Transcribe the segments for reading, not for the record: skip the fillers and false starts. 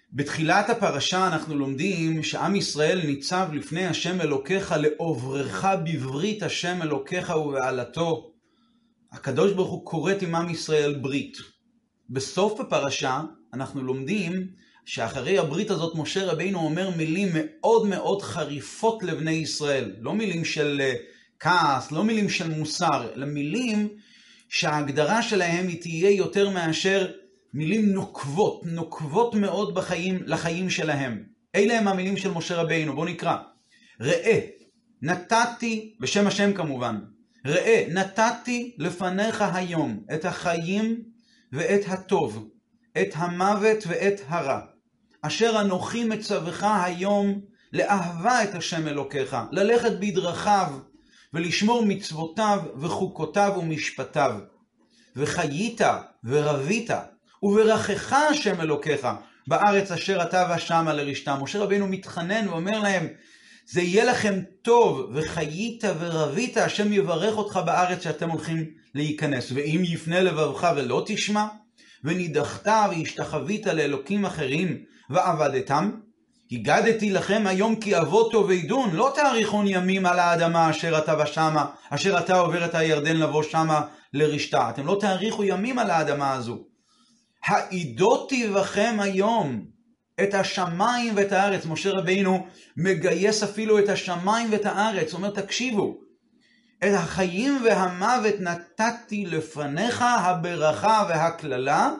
בתחילת הפרשה אנחנו לומדים שעם ישראל ניצב לפני השם אלוקיך לעוברך בברית השם אלוקיך ובעלתו. הקדוש ברוך הוא כורת עם עם ישראל ברית. בסוף הפרשה אנחנו לומדים שאחרי הברית הזאת משה רבינו אומר מילים מאוד מאוד חריפות לבני ישראל. לא מילים של כעס, לא מילים של מוסר, אלא מילים שההגדרה שלהם היא תהיה יותר מאשר מילים נוקבות מאוד לחיים שלהם. אלה הם המילים של משה רבינו. בואו נקרא. ראה, נתתי, בשם השם כמובן, ראה, נתתי לפניך היום את החיים ואת הטוב, את המוות ואת הרע, אשר אנוכי מצווך היום לאהבה את השם אלוקיך, ללכת בדרכיו ולשמור מצוותיו וחוקותיו ומשפטיו. וחיית ורבית וברכך השם אלוקיך בארץ אשר אתה ושמה לרשתה. משה רבינו מתחנן ואומר להם, זה יהיה לכם טוב, וחיית ורבית, השם יברך אותך בארץ שאתם הולכים להיכנס. ואם יפנה לבבך ולא תשמע, ונידחת והשתחווית לאלוקים אחרים ועבדתם, הגדתי לכם היום כי אבות תאבדון, לא תאריכון ימים על האדמה אשר אתה ושמה, אשר אתה עובר את הירדן לבוא שמה לרשתה. אתם לא תאריכו ימים על האדמה הזו. העידותי בכם היום את השמיים ואת הארץ. משה רבינו מגייס אפילו את השמיים ואת הארץ. הוא אומר, תקשיבו, את החיים והמוות נתתי לפניך, הברכה והכללה,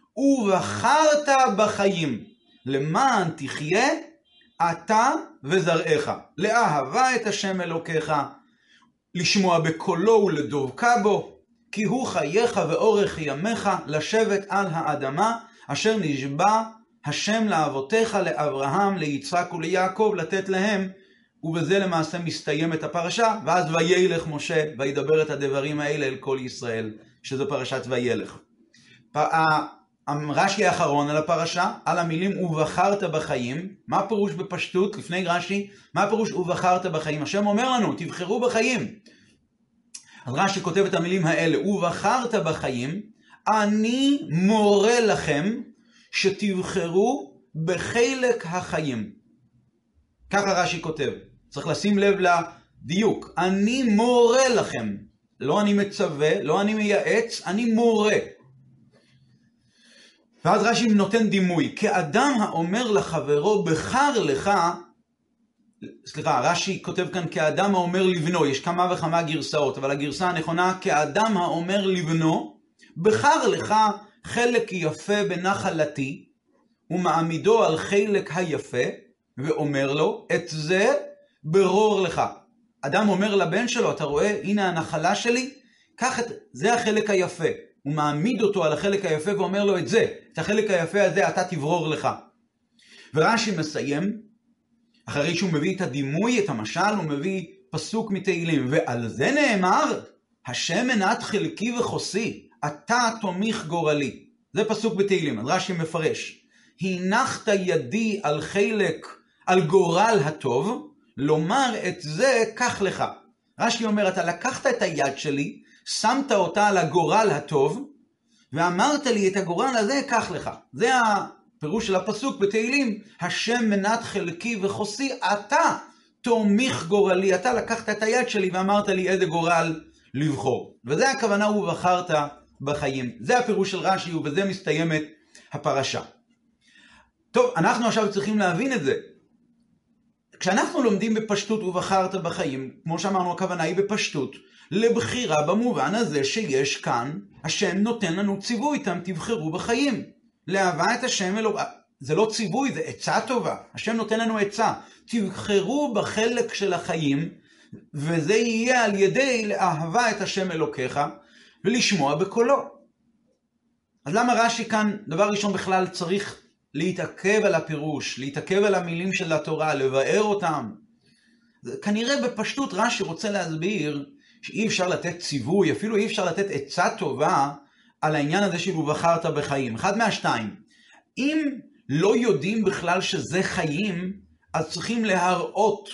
ובחרת בחיים, למען תחיה אתה וזרעך, לאהבה את השם אלוקיך, לשמוע בקולו ולדבקה בו, כי הוא חייך ואורך ימיך, לשבת על האדמה, אשר נשבע השם לאבותיך, לאברהם, ליצחק וליעקב, לתת להם. ובזה למעשה מסתיימת הפרשה, ואז וילך משה וידבר את הדברים האלה אל כל ישראל, שזו פרשת וילך. רש"י האחרון על הפרשה, על המילים ובחרת בחיים. מה פירוש בפשטות? לפני רש"י, מה פירוש ובחרת בחיים? השם אומר לנו, תבחרו בחיים. אז רש"י כותב את המילים האלה, ובחרת בחיים, אני מורה לכם שתבחרו בחלק החיים. ככה רש"י כותב. צריך לשים לב לדיוק. אני מורה לכם. לא אני מצווה, לא אני מייעץ, אני מורה. ואז רש"י נותן דימוי. כאדם האומר לחברו, בחר לך, רש"י כותב כאן כאדם האומר לבנו. יש כמה וכמה גרסאות, אבל הגרסה הנכונה, כאדם האומר לבנו, בחר לך חלק יפה בנחלתי, ומעמידו על חלק היפה, ואומר לו, את זה ברור לך. אדם אומר לבן שלו, אתה רואה, הנה הנחלה שלי, קח את זה החלק היפה. הוא מעמיד אותו על החלק היפה ואומר לו את זה, את החלק היפה הזה אתה תברור לך. ורש"י מסיים, אחרי שהוא מביא את הדימוי, את המשל, הוא מביא פסוק מתהילים, ועל זה נאמר, השם מנת חלקי וחוסי, אתה תומיך גורלי. זה פסוק בתהילים, אז רש"י מפרש. הנחת ידי על חלק, על גורל הטוב, לומר את זה קח לך. רש"י אומר, אתה לקחת את היד שלי, שמת אותה על הגורל הטוב, ואמרת לי את הגורל הזה קח לך. זה הפירוש של הפסוק בתהילים, השם מנת חלקי וחוסי, אתה תומיך גורלי. אתה לקחת את היד שלי ואמרת לי איזה גורל לבחור. וזה הכוונה ובחרת בחיים. זה הפירוש של רש"י ובזה מסתיימת הפרשה. טוב, אנחנו עכשיו צריכים להבין את זה. כשאנחנו לומדים בפשטות ובחרת בחיים, כמו שאמרנו, הכוונה היא בפשטות, לבחירה במובן הזה שיש כאן, השם נותן לנו ציווי, אתם תבחרו בחיים. לאהבה את השם אלוהים, זה לא ציווי, זה עצה טובה. השם נותן לנו עצה. תבחרו בחלק של החיים, וזה יהיה על ידי לאהבה את השם אלוקיך, ולשמוע בקולו. אז למה רש"י כאן, דבר ראשון בכלל צריך להתעכב על הפירוש, להתעכב על המילים של התורה, לבאר אותם? כנראה בפשטות רש"י רוצה להסביר שאי אפשר לתת ציווי, אפילו אי אפשר לתת עצה טובה על העניין הזה של ובחרת בחיים. אחד מהשתיים. אם לא יודעים בכלל שזה חיים, אז צריכים להראות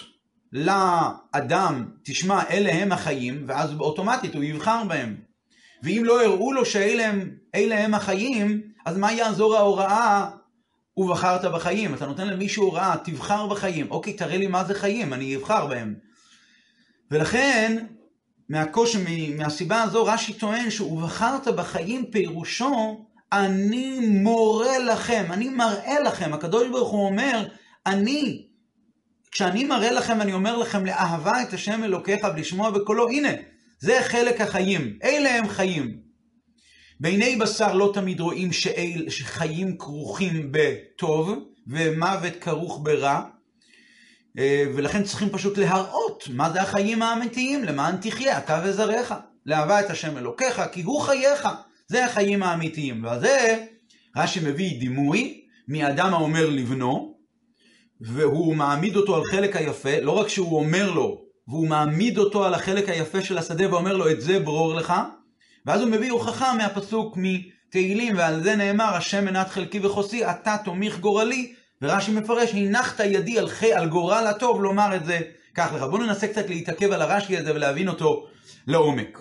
לאדם, תשמע, אלה הם החיים, ואז אוטומטית הוא יבחר בהם. ואם לא הראו לו שאלה הם החיים, אז מה יעזור ההוראה ובחרת בחיים. אתה נותן למישהו הוראה, תבחר בחיים. אוקיי, תראה לי מה זה חיים, אני אבחר בהם. ולכן, מהסיבה הזו, רש"י טוען שבחרת בחיים פירושו, אני מורה לכם, אני מראה לכם. הקדוש ברוך הוא אומר, כשאני מראה לכם, אני אומר לכם לאהבה את השם אלוקיך ולשמוע בקולו, הנה, זה חלק החיים, אלה הם חיים. בעיני בשר לא תמיד רואים שחיים כרוכים בטוב, ומוות כרוך ברע, ולכן צריכים פשוט להראות מה זה החיים האמיתיים, למען תחיה, אתה וזרעך, לאהבה את השם אלוקיך, כי הוא חייך, זה החיים האמיתיים. וזה רש"י מביא דימוי מאדם האומר לבנו, והוא מעמיד אותו על חלק היפה, לא רק שהוא אומר לו, והוא מעמיד אותו על החלק היפה של השדה ואומר לו, את זה ברור לך, ואז הוא מביא הוכחה מהפסוק מתהילים, ועל זה נאמר, השם מנת חלקי וחוסי, אתה תומיך גורלי, ורש"י מפרש, הנחת ידי על גורל הטוב, לומר את זה כך לך. בואו ננסה קצת להתעכב על הרש"י הזה ולהבין אותו לעומק.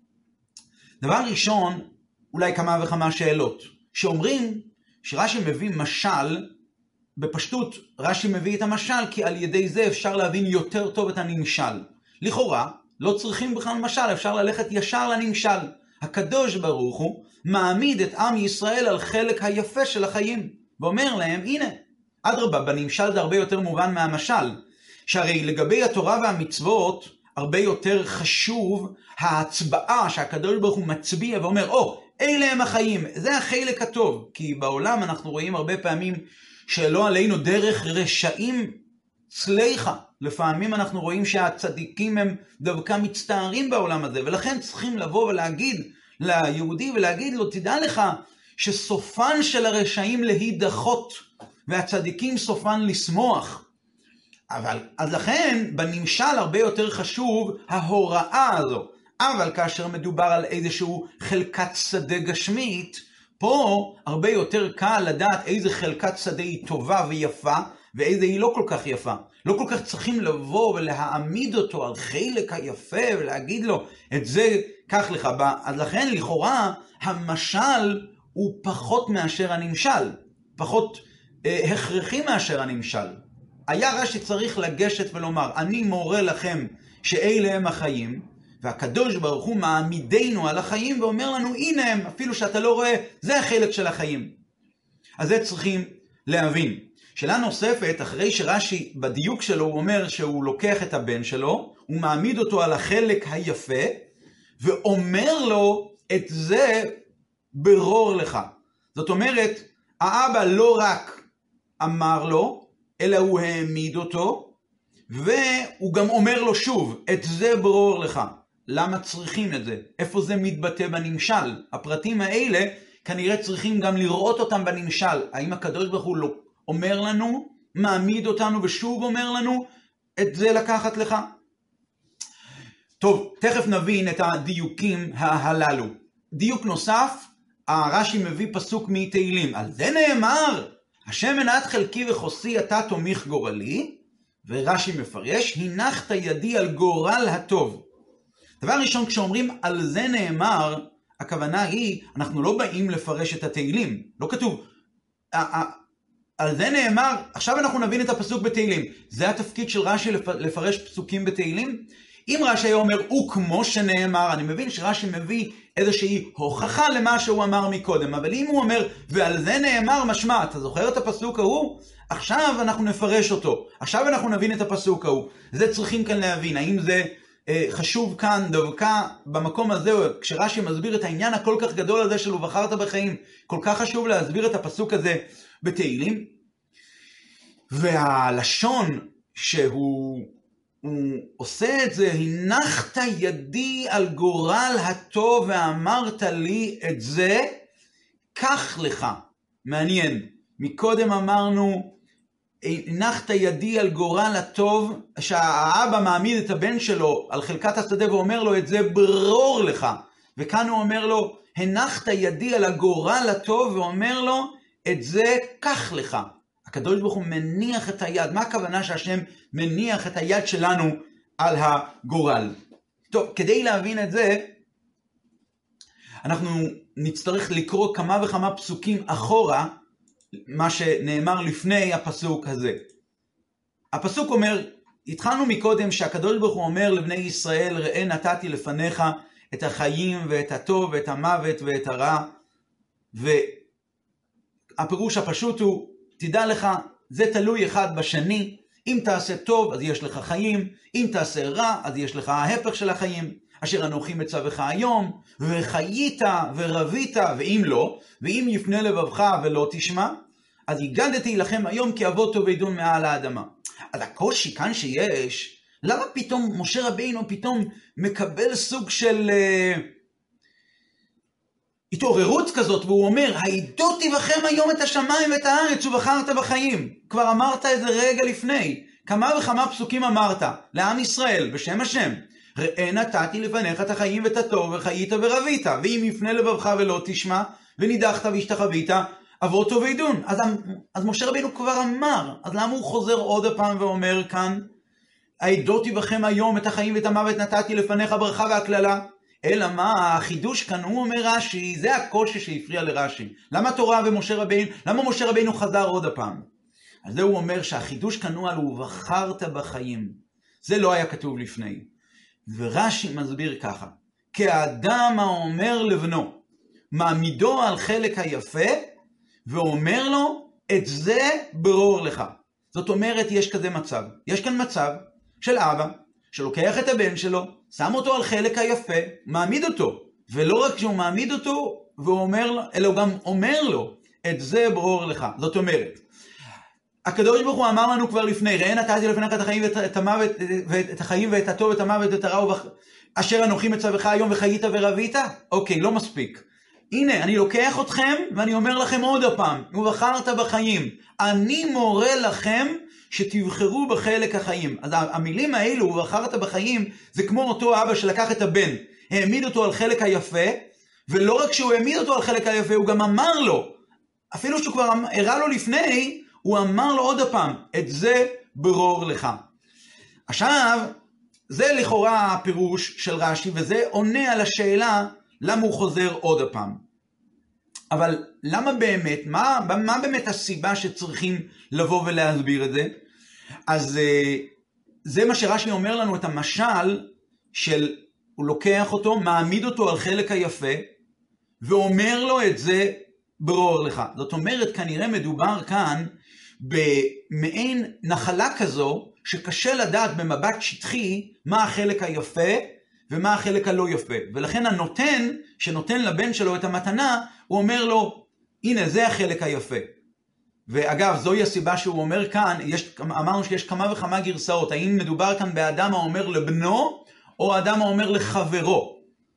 דבר ראשון, אולי כמה וכמה שאלות, שאומרים שרש"י מביא משל, בפשטות רש"י מביא את המשל, כי על ידי זה אפשר להבין יותר טוב את הנמשל. לכאורה, לא צריכים בכלל משל, אפשר ללכת ישר לנמשל. הקדוש ברוך הוא מעמיד את עם ישראל על חלק היפה של החיים, ואומר להם, הנה, אדרבה, בנמשל זה הרבה יותר מובן מהמשל, שהרי לגבי התורה והמצוות, הרבה יותר חשוב ההצבעה שהקדוש ברוך הוא מצביע ואומר, אלה הם החיים, זה החלק הטוב. כי בעולם אנחנו רואים הרבה פעמים שלא עלינו דרך רשעים צליחה. לפעמים אנחנו רואים שהצדיקים הם דווקא מצטערים בעולם הזה, ולכן צריכים לבוא ולהגיד ליהודי ולהגיד לו, תדע לך שסופן של הרשעים להידחות, והצדיקים סופן לשמוח. אז לכן בנמשל הרבה יותר חשוב ההוראה הזו. אבל כאשר מדובר על איזשהו חלקת שדה גשמית, פה הרבה יותר קל לדעת איזה חלקת שדה היא טובה ויפה, ואיזה היא לא כל כך יפה. לא כל כך צריכים לבוא ולהעמיד אותו על חלק היפה ולהגיד לו, את זה כך לך. אז לכן לכאורה המשל הוא פחות מאשר הנמשל, פחות הכרחי מאשר הנמשל. היה רש"י צריך לגשת ולומר, אני מורה לכם שאלה הם החיים, והקדוש ברוך הוא מעמידנו על החיים ואומר לנו, הנה הם, אפילו שאתה לא רואה, זה החלק של החיים. אז זה צריכים להבין. שאלה נוספת, אחרי שרש"י בדיוק שלו הוא אומר שהוא לוקח את הבן שלו, הוא מעמיד אותו על החלק היפה, ואומר לו, את זה ברור לך. זאת אומרת, האבא לא רק אמר לו, אלא הוא העמיד אותו, והוא גם אומר לו שוב, את זה ברור לך. למה צריכים את זה? איפה זה מתבטא בנמשל? הפרטים האלה כנראה צריכים גם לראות אותם בנמשל. האם הקדוש ברוך הוא לא אומר לנו, מעמיד אותנו ושוב אומר לנו, את זה לקחת לך? טוב, תכף נבין את הדיוקים הללו. דיוק נוסף, הרש"י מביא פסוק מתהילים. על זה נאמר, השם מנת חלקי וחוסי אתה תומיך גורלי, ורש"י מפרש, הנחת ידי על גורל הטוב. דבר ראשון, כשאומרים על זה נאמר, הכוונה היא, אנחנו לא באים לפרש את התהילים. לא כתוב, על זה נאמר, עכשיו אנחנו נבין את הפסוק בתהילים. זה התפקיד של רש"י לפרש פסוקים בתהילים? אם רש"י היה אומר, הוא כמו שנאמר, אני מבין שרש"י מביא איזושהי הוכחה למה שהוא אמר מקודם, אבל אם הוא אומר, ועל זה נאמר משמע, אתה זוכר את הפסוק ההוא? עכשיו אנחנו נפרש אותו, עכשיו אנחנו נבין את הפסוק ההוא. זה צריכים כאן להבין, האם זה חשוב כאן דווקא במקום הזה, כשרש"י מסביר את העניין הכל כך גדול הזה של ובחרת בחיים, כל כך חשוב להסביר את הפסוק הזה בתהילים, והלשון שהוא עושה את זה, הנחת ידי על גורל הטוב ואמרת לי את זה, כך לך. מעניין, מקודם אמרנו, הנחת ידי על גורל הטוב, שהאבא מעמיד את הבן שלו על חלקת השדה ואומר לו את זה ברור לך, וכאן הוא אומר לו, הנחת ידי על הגורל הטוב ואומר לו, את זה כך לך. הקדוש ברוך הוא מניח את היד. מה הכוונה שהשם מניח את היד שלנו על הגורל? טוב, כדי להבין את זה, אנחנו נצטרך לקרוא כמה וכמה פסוקים אחורה מה שנאמר לפני הפסוק הזה. הפסוק אומר, התחלנו מקודם שהקדוש ברוך הוא אומר לבני ישראל, ראה נתתי לפניך את החיים ואת הטוב ואת המוות ואת הרע. והפירוש הפשוט הוא, תדע לך, זה תלוי אחד בשני. אם תעשה טוב, אז יש לך חיים. אם תעשה רע, אז יש לך ההפך של החיים. אשר אנוכי מצווך היום, וחיית ורבית, ואם לא, ואם יפנה לבבך ולא תשמע, אז הגדתי לכם היום כי אבות תאבדון מעל האדמה. אז הקושי כאן שיש, למה פתאום משה רבינו פתאום מקבל סוג של התעוררות כזאת, והוא אומר, העידותי בכם היום את השמיים ואת הארץ ובחרת בחיים. כבר אמרת את זה רגע לפני. כמה וכמה פסוקים אמרת לעם ישראל בשם השם. ראה נתתי לפניך את החיים ואת הטוב וחיית ורבית. ואם יפנה לבבך ולא תשמע ונידחת והשתחווית, אבות תאבדון. אז משה רבינו כבר אמר. אז למה הוא חוזר עוד פעם ואומר כאן, העידותי בכם היום את החיים ואת המוות נתתי לפניך ברכה והכללה. אלא מה, החידוש כאן, הוא אומר רש"י, זה הקושי שהפריע לרש"י. למה תורה ומשה רבינו, למה משה רבינו חזר עוד הפעם? אז זה הוא אומר שהחידוש כאן הוא על ובחרת בחיים. זה לא היה כתוב לפני. ורש"י מסביר ככה, כאדם האומר לבנו, מעמידו על חלק היפה, ואומר לו, את זה ברור לך. זאת אומרת, יש כזה מצב. יש כאן מצב של אבא, שלוקח את הבן שלו, שם אותו על חלק היפה, מעמיד אותו. ולא רק שהוא מעמיד אותו, ואומר לו, אלא הוא גם אומר לו, את זה ברור לך. זאת אומרת, הקדוש ברוך הוא אמר לנו כבר לפני, ראה נתתי לפניך את החיים ואת המוות, ואת החיים ואת הטוב ואת המוות ואת הרע, אשר אנוכי מצווך היום וחיית ורבית? אוקיי, לא מספיק. הנה, אני לוקח אתכם ואני אומר לכם עוד הפעם, ובחרת בחיים. אני מורה לכם שתבחרו בחלק החיים. אז המילים האלו, ובחרת בחיים, זה כמו אותו אבא שלקח את הבן, העמיד אותו על חלק היפה, ולא רק שהוא העמיד אותו על חלק היפה, הוא גם אמר לו, אפילו שהוא כבר הראה לו לפני, הוא אמר לו עוד הפעם, את זה ברור לך. עכשיו, זה לכאורה הפירוש של רש"י, וזה עונה על השאלה, למה הוא חוזר עוד הפעם. אבל למה באמת, מה באמת הסיבה שצריכים לבוא ולהסביר את זה? אז זה מה שרש"י אומר לנו, את המשל של, הוא לוקח אותו, מעמיד אותו על חלק היפה, ואומר לו את זה ברור לך. זאת אומרת, כנראה מדובר כאן במעין נחלה כזו, שקשה לדעת במבט שטחי מה החלק היפה ומה החלק הלא יפה. ולכן הנותן, שנותן לבן שלו את המתנה, הוא אומר לו, הנה זה החלק היפה. ואגב, זוהי הסיבה שהוא אומר כאן, אמרנו שיש כמה וכמה גרסאות, האם מדובר כאן באדם האומר לבנו, או אדם האומר לחברו.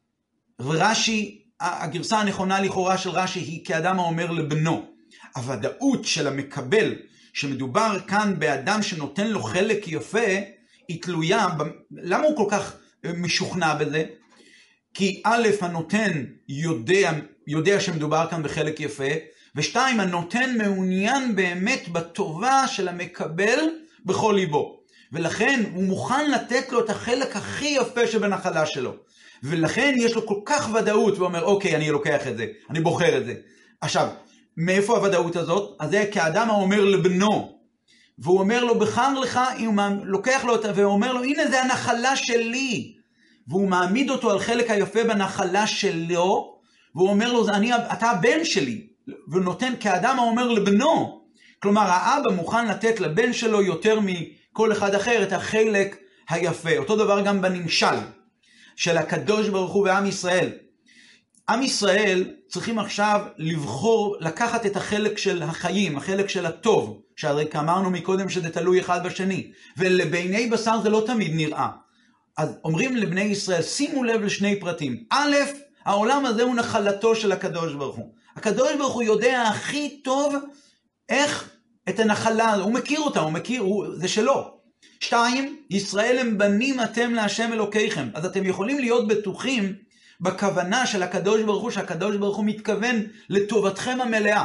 ורש"י, הגרסה הנכונה לכאורה של רש"י היא כאדם האומר לבנו. הוודאות של המקבל, שמדובר כאן באדם שנותן לו חלק יפה, היא תלויה, למה הוא כל כך משוכנע בזה? כי א', הנותן יודע שמדובר כאן בחלק יפה, ושתיים, הנותן מעוניין באמת בטובה של המקבל בכל ליבו. ולכן הוא מוכן לתת לו את החלק הכי יפה שבנחלה שלו. ולכן יש לו כל כך ודאות, ואומר, אוקיי, אני לוקח את זה, אני בוחר את זה. עכשיו, מאיפה הוודאות הזאת? אז זה כאדם האומר לבנו, והוא אומר לו, בחר לך, הוא לוקח לו אותה, ואומר לו, הנה זה הנחלה שלי. והוא מעמיד אותו על חלק היפה בנחלה שלו, והוא אומר לו, אתה הבן שלי. והוא נותן כאדם האומר לבנו. כלומר, האבא מוכן לתת לבן שלו יותר מכל אחד אחר את החלק היפה. אותו דבר גם בנמשל של הקדוש ברוך הוא ועם ישראל. עם ישראל צריכים עכשיו לבחור, לקחת את החלק של החיים, החלק של הטוב, שהרי אמרנו מקודם שזה תלוי אחד בשני, ולבעיני בשר זה לא תמיד נראה. אז אומרים לבני ישראל, שימו לב לשני פרטים. א', העולם הזה הוא נחלתו של הקדוש ברוך הוא. הקדוש ברוך הוא יודע הכי טוב איך את הנחלה, הוא מכיר אותה, זה שלו. 2, ישראל הם בנים אתם להשם אלוקיכם. אז אתם יכולים להיות בטוחים בכוונה של הקדוש ברוך הוא, שהקדוש ברוך הוא מתכוון לטובתכם המלאה.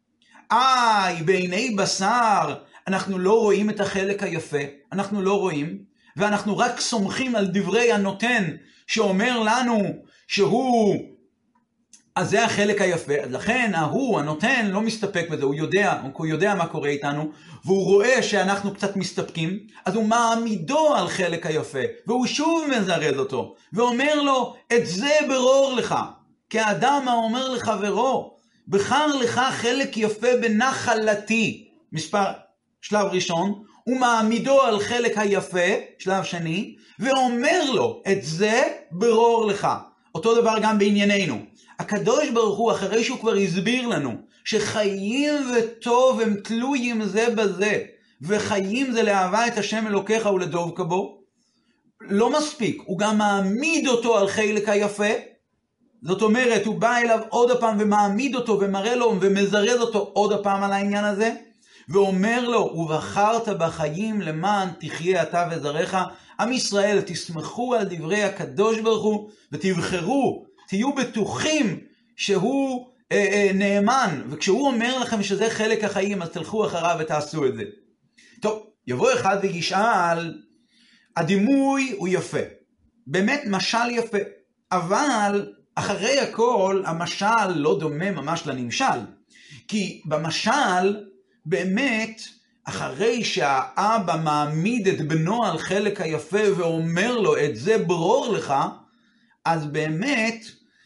בעיני בשר, אנחנו לא רואים את החלק היפה, אנחנו לא רואים, ואנחנו רק סומכים על דברי הנותן, שאומר לנו שהוא אז זה החלק היפה. אז לכן ההוא, הנותן, לא מסתפק בזה, הוא יודע מה קורה איתנו, והוא רואה שאנחנו קצת מסתפקים, אז הוא מעמידו על חלק היפה, והוא שוב מזרז אותו, ואומר לו, את זה ברור לך, כאדם האומר לחברו, בחר לך חלק יפה בנחלתי, שלב ראשון, הוא מעמידו על חלק היפה, שלב שני, ואומר לו, את זה ברור לך. אותו דבר גם בענייננו. הקדוש ברוך הוא, אחרי שהוא כבר הסביר לנו, שחיים וטוב הם תלויים זה בזה, וחיים זה לאהבה את השם אלוקיך ולדבק בו, לא מספיק, הוא גם מעמיד אותו על חלק היפה, זאת אומרת, הוא בא אליו עוד הפעם ומעמיד אותו ומראה לו ומזרז אותו עוד הפעם על העניין הזה, ואומר לו, ובחרת בחיים למען תחיה אתה וזרעך. עם ישראל, תסמכו על דברי הקדוש ברוך הוא ותבחרו, תהיו בטוחים שהוא נאמן, וכשהוא אומר לכם שזה חלק החיים, אז תלכו אחריו ותעשו את זה. טוב, יבוא אחד וישאל, הדימוי הוא יפה, באמת משל יפה, אבל אחרי הכל המשל לא דומה ממש לנמשל, כי במשל באמת אחרי שהאבא מעמיד את בנו על חלק היפה ואומר לו את זה ברור לך, אז באמת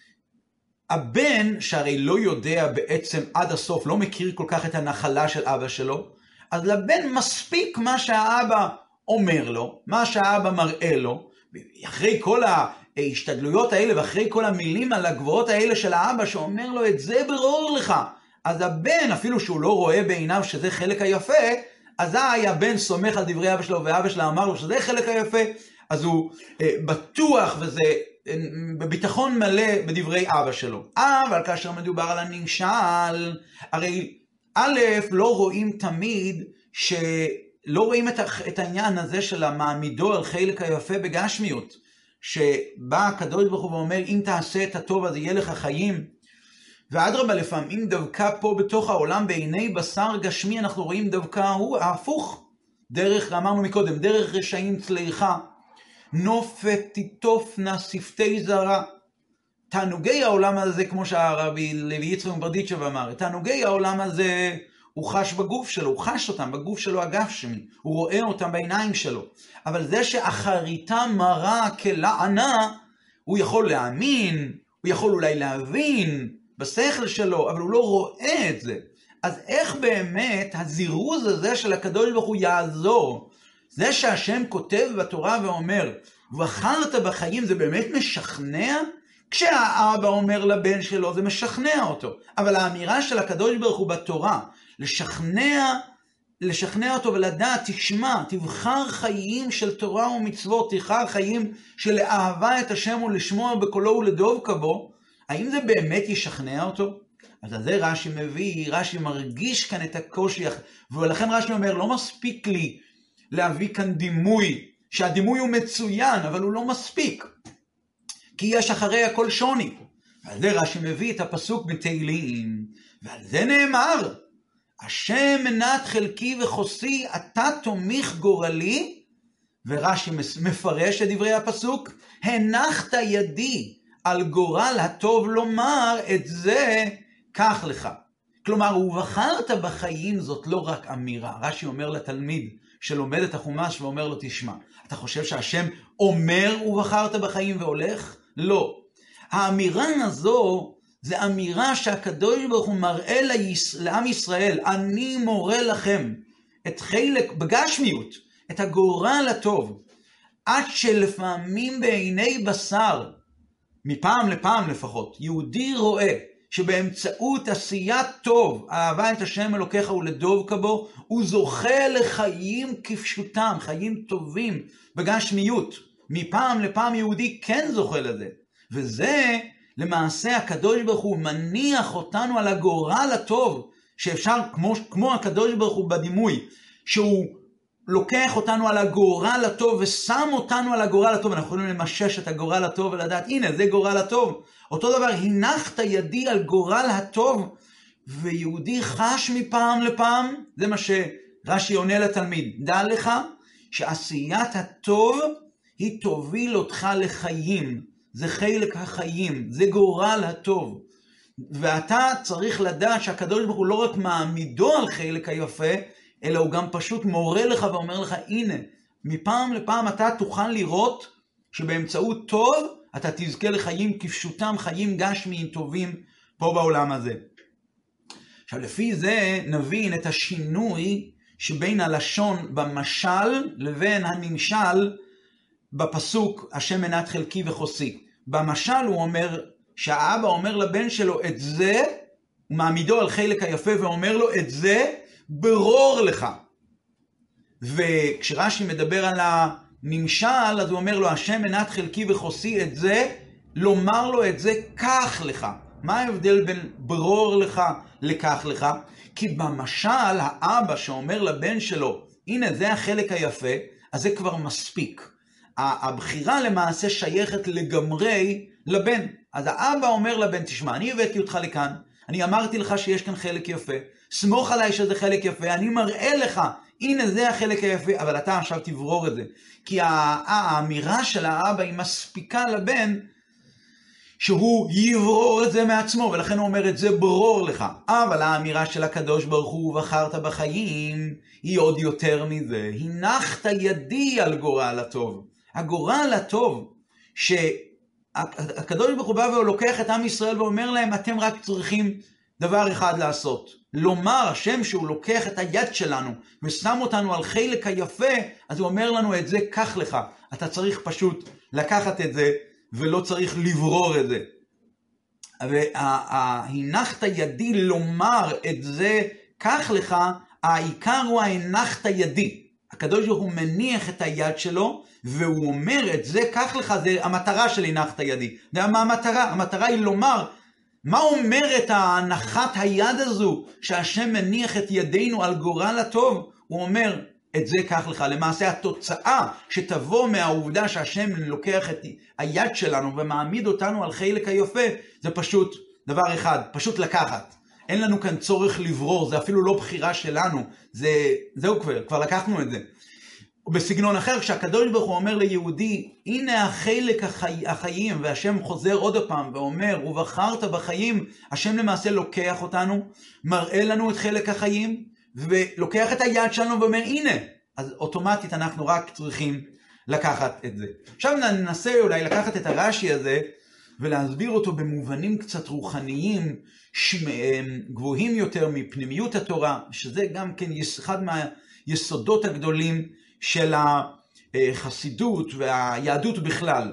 הבן שהרי לא יודע בעצם עד הסוף, לא מכיר כל כך את הנחלה של אבא שלו, אז לבן מספיק מה שהאבא אומר לו, מה שהאבא מראה לו, אחרי כל ההשתדלויות האלה ואחרי כל המילים על הגבוהות האלה של האבא שאומר לו את זה ברור לך, אז הבן אפילו שהוא לא רואה בעיניו שזה חלק היפה, אזי הבן סומך על דברי אבא שלו, ואבא שלו אמר לו שזה חלק היפה, אז הוא בטוח וזה בביטחון מלא בדברי אבא שלו. אבל כאשר מדובר על הנמשל, הרי א' לא רואים תמיד לא רואים את העניין הזה של המעמידו על חלק היפה בגשמיות, שבא הקדוש ברוך הוא ואומר, אם תעשה את הטוב אז יהיה לך חיים, ואדרבה לפעמים דווקא פה בתוך העולם בעיני בשר גשמי אנחנו רואים דווקא הוא ההפוך, דרך, אמרנו מקודם, דרך רשעים צליחה, נופת תיטופנה שפתי זרה. תענוגי העולם הזה, כמו שהרבי לוי יצחק מברדיצ'ב אמר, תענוגי העולם הזה הוא חש בגוף שלו, הוא חש אותם בגוף שלו הגשמי, הוא רואה אותם בעיניים שלו, אבל זה שאחריתם מראה כלענה, הוא יכול להאמין, הוא יכול אולי להבין בשכל שלו, אבל הוא לא רואה את זה. אז איך באמת הזירוז הזה של הקדוש ברוך הוא יעזור? זה שהשם כותב בתורה ואומר, בחרת בחיים, זה באמת משכנע? כשהאבא אומר לבן שלו, זה משכנע אותו. אבל האמירה של הקדוש ברוך הוא בתורה, לשכנע אותו ולדעת, תשמע, תבחר חיים של תורה ומצוות, תבחר חיים של אהבה את השם ולשמוע בקולו ולדבק בו, האם זה באמת ישכנע אותו? אז זה רש"י מביא, רש"י מרגיש כאן את הקושי, ולכן רש"י אומר, לא מספיק לי להביא כאן דימוי, שהדימוי הוא מצוין, אבל הוא לא מספיק, כי יש אחרי הכל שוני. ועל זה רש"י מביא את הפסוק בתהילים, ועל זה נאמר, השם מנת חלקי וחוסי, אתה תומיך גורלי, ורש"י מפרש את דברי הפסוק, הנחת ידי על גורל הטוב לומר את זה, קח לך. כלומר, ובחרת בחיים זאת לא רק אמירה. רש"י אומר לתלמיד שלומד את החומש ואומר לו, תשמע, אתה חושב שהשם אומר ובחרת בחיים והולך? לא. האמירה הזו זה אמירה שהקדוש ברוך הוא מראה לעם ישראל, אני מורה לכם את חלק בגשמיות, את הגורל הטוב, עד שלפעמים בעיני בשר, מפעם לפעם לפחות, יהודי רואה שבאמצעות עשיית טוב, אהבה את השם אלוקיך ולדבק בו, הוא זוכה לחיים כפשוטם, חיים טובים בגשמיות. מפעם לפעם יהודי כן זוכה לזה. וזה למעשה הקדוש ברוך הוא מניח אותנו על הגורל הטוב, שאפשר, כמו הקדוש ברוך הוא בדימוי, שהוא לוקח אותנו על הגורל הטוב ושם אותנו על הגורל הטוב, אנחנו יכולים למשש את הגורל הטוב ולדעת, הנה זה גורל הטוב. אותו דבר, הנחת ידי על גורל הטוב, ויהודי חש מפעם לפעם, זה מה שרש"י עונה לתלמיד, דע לך שעשיית הטוב היא תוביל אותך לחיים, זה חלק החיים, זה גורל הטוב. ואתה צריך לדעת שהקדוש ברוך הוא לא רק מעמידו על חלק היפה, אלא הוא גם פשוט מורה לך ואומר לך, הנה, מפעם לפעם אתה תוכל לראות שבאמצעות טוב, אתה תזכה לחיים כפשוטם, חיים גשמיים טובים פה בעולם הזה. עכשיו, לפי זה נבין את השינוי שבין הלשון במשל לבין הנמשל בפסוק, השם מנת חלקי וחוסי. במשל הוא אומר, שהאבא אומר לבן שלו את זה, הוא מעמידו על חלק היפה ואומר לו את זה, ברור לך. וכשרש"י מדבר על הנמשל, אז הוא אומר לו, השם מנת חלקי וחוסי את זה, לומר לו את זה, קח לך. מה ההבדל בין ברור לך לקח לך? כי במשל, האבא שאומר לבן שלו, הנה זה החלק היפה, אז זה כבר מספיק. הבחירה למעשה שייכת לגמרי לבן. אז האבא אומר לבן, תשמע, אני הבאתי אותך לכאן, אני אמרתי לך שיש כאן חלק יפה, סמוך עליי שזה חלק יפה, אני מראה לך, הנה זה החלק היפה, אבל אתה עכשיו תברור את זה. כי האמירה של האבא היא מספיקה לבן, שהוא יברור את זה מעצמו, ולכן הוא אומר את זה ברור לך. אבל האמירה של הקדוש ברוך הוא, בחרת בחיים, היא עוד יותר מזה. הנחת ידי על גורל הטוב. הגורל הטוב, שהקדוש ברוך הוא בא והוא לוקח את עם ישראל ואומר להם, אתם רק צריכים דבר אחד לעשות. לומר השם שהוא לוקח את היד שלנו ושם אותנו על חלק היפה, אז הוא אומר לנו את זה, קח לך. אתה צריך פשוט לקחת את זה, ולא צריך לברור את זה. והנחת ידי לומר את זה, קח לך, העיקר הוא הנחת ידי. הקדוש ברוך הוא מניח את היד שלו, והוא אומר את זה, קח לך, זה המטרה של הנחת ידי. זה מה המטרה? המטרה היא לומר, מה אומרת ההנחת היד הזו, שהשם מניח את ידינו על גורל הטוב? הוא אומר, את זה קח לך. למעשה התוצאה שתבוא מהעובדה שהשם לוקח את היד שלנו ומעמיד אותנו על חלק היפה, זה פשוט דבר אחד, פשוט לקחת. אין לנו כאן צורך לברור, זה אפילו לא בחירה שלנו, זהו כבר לקחנו את זה. בסגנון אחר, כשהקדוש ברוך הוא אומר ליהודי, הנה החלק החיים, והשם חוזר עוד פעם ואומר, ובחרת בחיים, השם למעשה לוקח אותנו, מראה לנו את חלק החיים, ולוקח את היד שלנו ואומר, הנה, אז אוטומטית אנחנו רק צריכים לקחת את זה. עכשיו ננסה אולי לקחת את הרש"י הזה, ולהסביר אותו במובנים קצת רוחניים, גבוהים יותר מפנימיות התורה, שזה גם כן אחד מהיסודות הגדולים של החסידות והיהדות בכלל.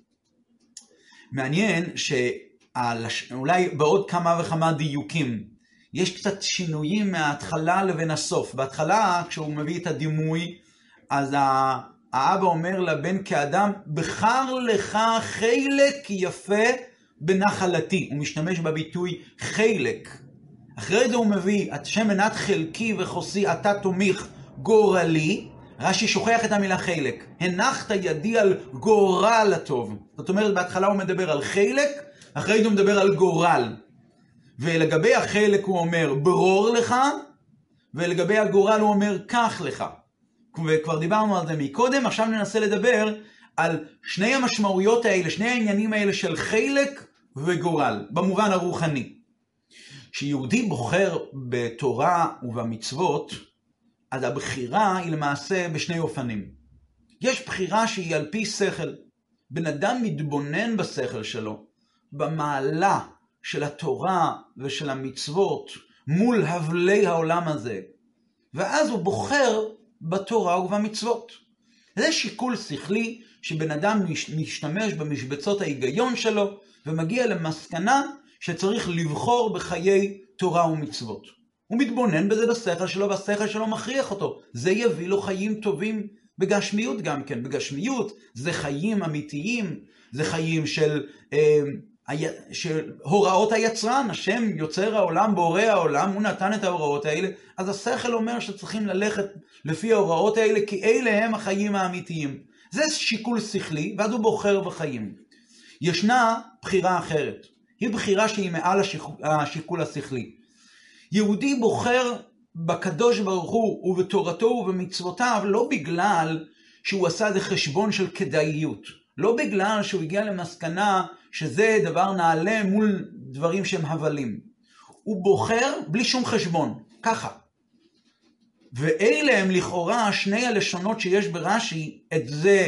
מעניין שאולי בעוד כמה וכמה דיוקים, יש קצת שינויים מההתחלה לבין הסוף. בהתחלה, כשהוא מביא את הדימוי, אז האבא אומר לבן כאדם, בחר לך חלק יפה בנחלתי. הוא משתמש בביטוי חלק. אחרי זה הוא מביא, השם מנת חלקי וחוסי, אתה תומיך גורלי. רש"י שוכח את המילה חלק. הנחת ידי על גורל הטוב. זאת אומרת, בהתחלה הוא מדבר על חלק, אחרי זה הוא מדבר על גורל. ולגבי החלק הוא אומר, ברור לך, ולגבי הגורל הוא אומר, קח לך. וכבר דיברנו על זה מקודם, עכשיו ננסה לדבר על שני המשמעויות האלה, שני העניינים האלה של חלק וגורל, במובן הרוחני. כשיהודי בוחר בתורה ובמצוות, אז הבחירה היא למעשה בשני אופנים. יש בחירה שהיא על פי שכל. בן אדם מתבונן בשכל שלו, במעלה של התורה ושל המצוות, מול הבלי העולם הזה. ואז הוא בוחר בתורה ובמצוות. זה שיקול שכלי שבן אדם משתמש במשבצות ההיגיון שלו, ומגיע למסקנה שצריך לבחור בחיי תורה ומצוות. הוא מתבונן בזה בשכל שלו, והשכל שלו מכריח אותו. זה יביא לו חיים טובים בגשמיות גם כן. בגשמיות זה חיים אמיתיים, זה חיים של הוראות היצרן. השם יוצר העולם, בורא העולם, הוא נתן את ההוראות האלה. אז השכל אומר שצריכים ללכת לפי ההוראות האלה, כי אלה הם החיים האמיתיים. זה שיקול שכלי, ואז הוא בוחר בחיים. ישנה בחירה אחרת. היא בחירה שהיא מעל השיקול השכלי. יהודי בוחר בקדוש ברוך הוא ובתורתו ובמצוותיו, לא בגלל שהוא עשה איזה חשבון של כדאיות. לא בגלל שהוא הגיע למסקנה שזה דבר נעלה מול דברים שהם הבלים. הוא בוחר בלי שום חשבון, ככה. ואלה הם לכאורה שני הלשונות שיש ברש"י, את זה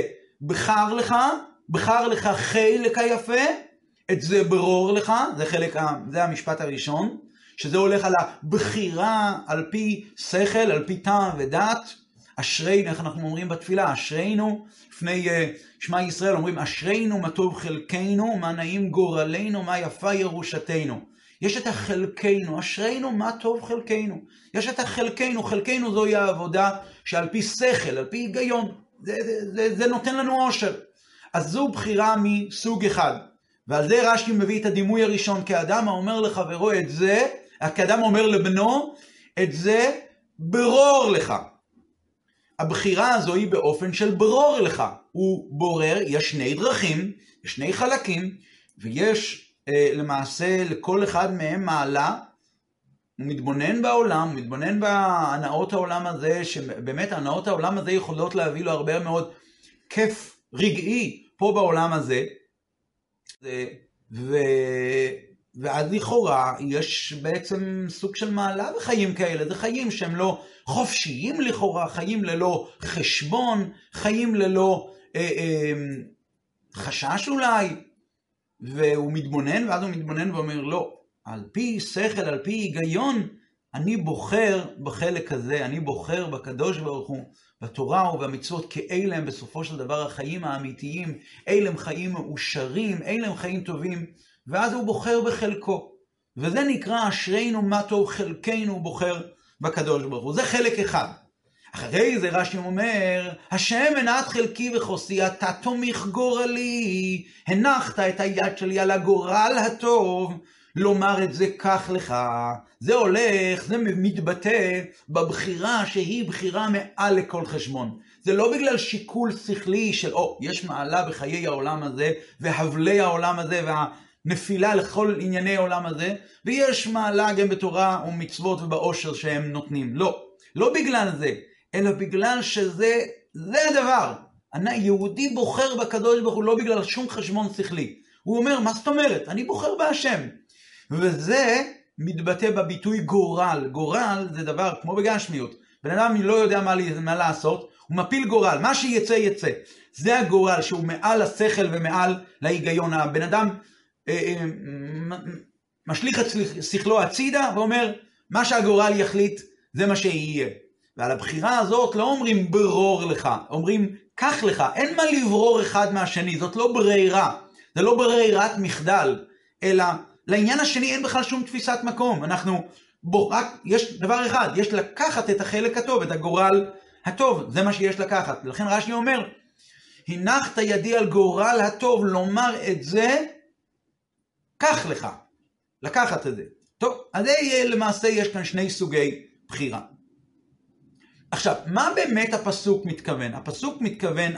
בחר לך חלק היפה, את זה ברור לך, זה המשפט הראשון, שזה הולך על הבחירה על פי שכל, על פי טעם ודעת. אשרינו, איך אנחנו אומרים בתפילה, אשרינו, לפני שמע ישראל אומרים, אשרינו מה טוב חלקנו, מה נעים גורלנו, מה יפה ירושתנו. יש את החלקנו, אשרינו מה טוב חלקנו. יש את החלקנו, חלקנו זוהי העבודה שעל פי שכל, על פי היגיון, זה נותן לנו עושר. אז זו בחירה מסוג אחד. ועל זה רש"י מביא את הדימוי הראשון, כאדם האומר לחברו את זה, כאדם אומר לבנו, את זה ברור לך. הבחירה הזו היא באופן של ברור לך. הוא בורר, יש שני דרכים, יש שני חלקים, ויש למעשה לכל אחד מהם מעלה. הוא מתבונן בעולם, הוא מתבונן בהנאות העולם הזה, שבאמת הנאות העולם הזה יכולות להביא לו הרבה מאוד כיף רגעי פה בעולם הזה. ואז לכאורה יש בעצם סוג של מעלה בחיים כאלה, זה חיים שהם לא חופשיים לכאורה, חיים ללא חשבון, חיים ללא חשש אולי, והוא מתבונן, ואז הוא מתבונן ואומר לא, על פי שכל, על פי היגיון, אני בוחר בחלק הזה, אני בוחר בקדוש ברוך הוא, בתורה ובמצוות, כי אלה הם בסופו של דבר החיים האמיתיים, אלה הם חיים מאושרים, אלה הם חיים טובים, ואז הוא בוחר בחלקו. וזה נקרא אשרינו מה טוב חלקנו, הוא בוחר בקדוש ברוך הוא. זה חלק אחד. אחרי זה רש"י אומר, השם מנת חלקי וחוסי, אתה תומך גורלי, הנחת את היד שלי על הגורל הטוב, לומר את זה כך לך. זה הולך, זה מתבטא בבחירה שהיא בחירה מעל לכל חשבון. זה לא בגלל שיקול שכלי של, יש מעלה בחיי העולם הזה, והבלי העולם הזה, והנפילה לכל ענייני העולם הזה, ויש מעלה גם בתורה ומצוות ובאושר שהם נותנים. לא בגלל זה, אלא בגלל שזה הדבר. יהודי בוחר בקדוש ברוך הוא לא בגלל שום חשבון שכלי. הוא אומר, מה זאת אומרת? אני בוחר בהשם. וזה מתבטא בביטוי גורל. גורל זה דבר כמו בגשמיות. בן אדם לא יודע מה לעשות, הוא מפיל גורל. מה שיצא יצא. זה הגורל שהוא מעל השכל ומעל להיגיון. הבן אדם משליך את שכלו הצידה ואומר, מה שהגורל יחליט זה מה שיהיה. ועל הבחירה הזאת לא אומרים ברור לך, אומרים כך לך. אין מה לברור אחד מהשני, זאת לא ברירה. זה לא ברירת מחדל, אלא לעניין השני אין בכלל שום תפיסת מקום. רק יש דבר אחד, יש לקחת את החלק הטוב, את הגורל הטוב, זה מה שיש לקחת. לכן רש"י אומר, הנחת ידי על גורל הטוב, לומר את זה, כך לך, לקחת את זה. טוב, אז למעשה יש כאן שני סוגי בחירה. עכשיו, מה באמת הפסוק מתכוון? הפסוק מתכוון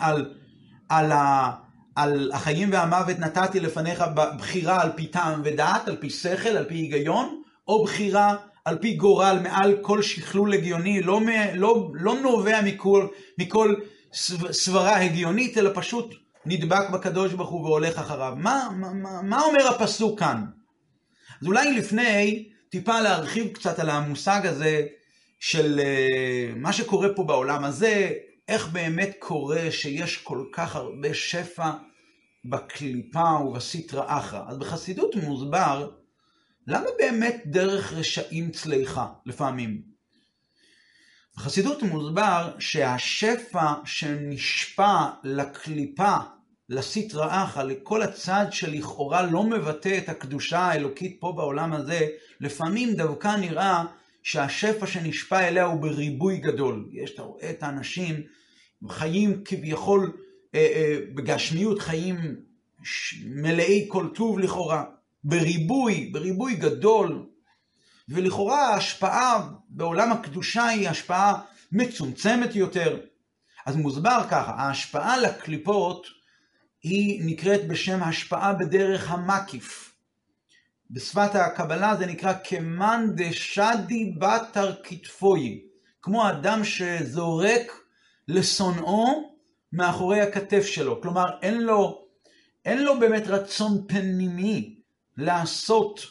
על החיים והמוות נתתי לפניך בחירה על פי טעם ודעת, על פי שכל, על פי היגיון, או בחירה על פי גורל מעל כל שכלול הגיוני, לא נובע מכל סברה הגיונית, אלא פשוט נדבק בקדוש ברוך הוא והולך אחריו. מה אומר הפסוק כאן? אז אולי לפני טיפה להרחיב קצת על המושג הזה של מה שקורה פה בעולם הזה, איך באמת קורה שיש כל כך הרבה שפע בקליפה ובסטרא אחרא. אז בחסידות מוסבר, למה באמת דרך רשעים צליחה לפעמים? בחסידות מוסבר שהשפע שנשפע לקליפה, לסטרא אחרא, לכל הצד שלכאורה לא מבטא את הקדושה האלוקית פה בעולם הזה, לפעמים דווקא נראה שהשפע שנשפע אליה הוא בריבוי גדול. אתה רואה את האנשים חיים כביכול בגשמיות, חיים מלאי כל טוב לכאורה, בריבוי גדול, ולכאורה ההשפעה בעולם הקדושה היא השפעה מצומצמת יותר. אז מוסבר ככה, ההשפעה לקליפות היא נקראת בשם השפעה בדרך המקיף. בשפת הקבלה זה נקרא כמן דשדי בתר כתפוי, כמו אדם שזורק לשונאו מאחורי הכתף שלו. כלומר, אין לו באמת רצון פנימי לעשות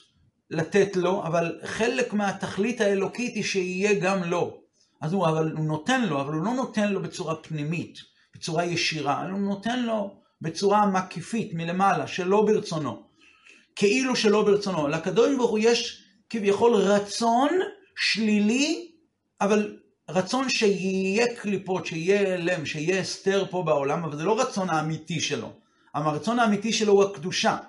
לתת לו, אבל חלק מהתכלית האלוקית היא שיהיה גם לו. אבל הוא נותן לו, אבל הוא לא נותן לו בצורה פנימית, בצורה ישירה, הוא נותן לו בצורה מקיפית, מלמעלה, שלא ברצונו. כאילו שלא ברצונו. לקדוש ברוך הוא יש כביכול רצון שלילי, אבל רצון שיהיה קליפות, שיהיה אלם, שיהיה אסתר פה בעולם, אבל זה לא רצון האמיתי שלו. הרצון האמיתי שלו הוא הקדושה.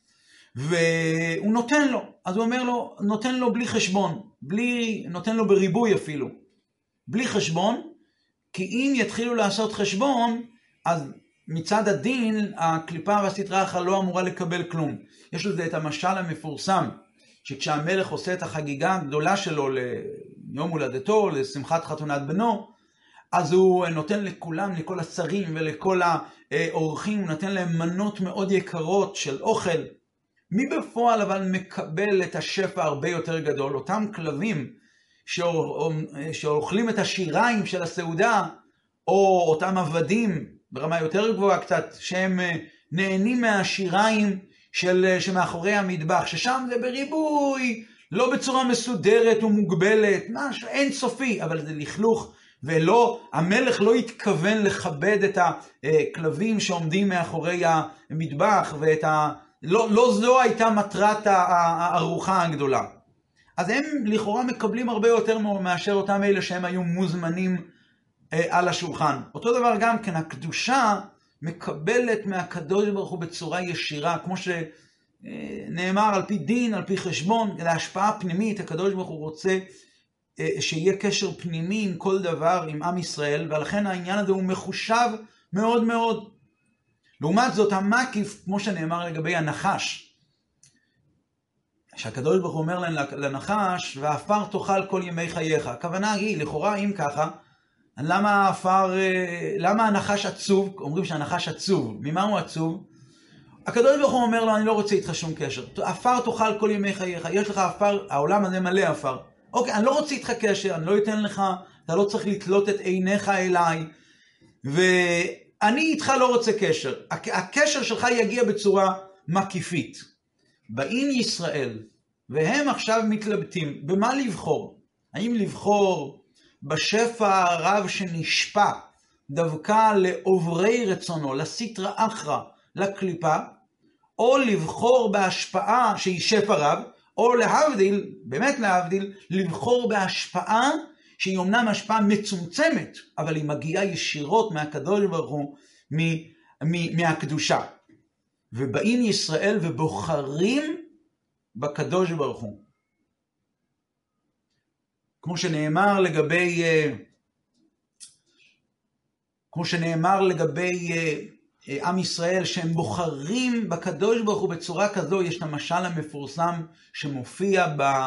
והוא נותן לו, אז הוא אומר לו, נותן לו בלי חשבון, נותן לו בריבוי אפילו, בלי חשבון, כי אם יתחילו לעשות חשבון, אז מצד הדין, הקליפה והסטרה אחת לא אמורה לקבל כלום. יש לזה את המשל המפורסם, שכשהמלך עושה את החגיגה הגדולה שלו ליום הולדתו, לשמחת חתונת בנו, אז הוא נותן לכולם, לכל השרים ולכל האורחים, הוא נותן להם מנות מאוד יקרות של אוכל. מי בפועל אבל מקבל את השפע הרבה יותר גדול? אותם כלבים שאוכלים את השיריים של הסעודה, או אותם עבדים ברמה יותר גבוהה קצת, שהם נהנים מהשיריים שמאחורי המטבח, ששם זה בריבוי, לא בצורה מסודרת ומוגבלת, משהו אין סופי, אבל זה לכלוך, המלך לא התכוון לכבד את הכלבים שעומדים מאחורי המטבח, לא זו הייתה מטרת הארוחה הגדולה. אז הם לכאורה מקבלים הרבה יותר מאשר אותם אלה שהם היו מוזמנים על השולחן. אותו דבר גם כן, הקדושה מקבלת מהקדוש ברוך הוא בצורה ישירה, כמו שנאמר על פי דין, על פי חשבון, להשפעה פנימית. הקדוש ברוך הוא רוצה שיהיה קשר פנימי עם כל דבר, עם עם ישראל, ולכן העניין הזה הוא מחושב מאוד מאוד. לעומת זאת, המקיף, כמו שנאמר לגבי הנחש, שהקדוש ברוך הוא אומר לנחש, והעפר תאכל כל ימי חייך. הכוונה היא, לכאורה, אם ככה, למה הנחש עצוב? אומרים שהנחש עצוב. ממה הוא עצוב? הקדוש ברוך הוא אומר לו, אני לא רוצה איתך שום קשר. עפר תאכל כל ימי חייך. יש לך עפר, העולם הזה מלא עפר. אוקיי, אני לא רוצה איתך קשר, אני לא אתן לך, אתה לא צריך לתלות את עיניך אליי, ואני איתך לא רוצה קשר. הקשר שלך יגיע בצורה מקיפית. באים ישראל, והם עכשיו מתלבטים, במה לבחור? האם לבחור בשפע הרב שנשפע, דווקא לעוברי רצונו, לסטרא אחרא, לקליפה, או לבחור בהשפעה שהיא שפע רב, או להבדיל, באמת להבדיל, לבחור בהשפעה שהיא אומנם השפעה מצומצמת, אבל היא מגיעה ישירות מהקדוש ברוך הוא, מהקדושה. ובאים ישראל ובוחרים בקדוש ברוך הוא. כמו שנאמר לגבי עם ישראל, שהם בוחרים בקדוש ברוך הוא בצורה כזו. יש את המשל המפורסם שמופיע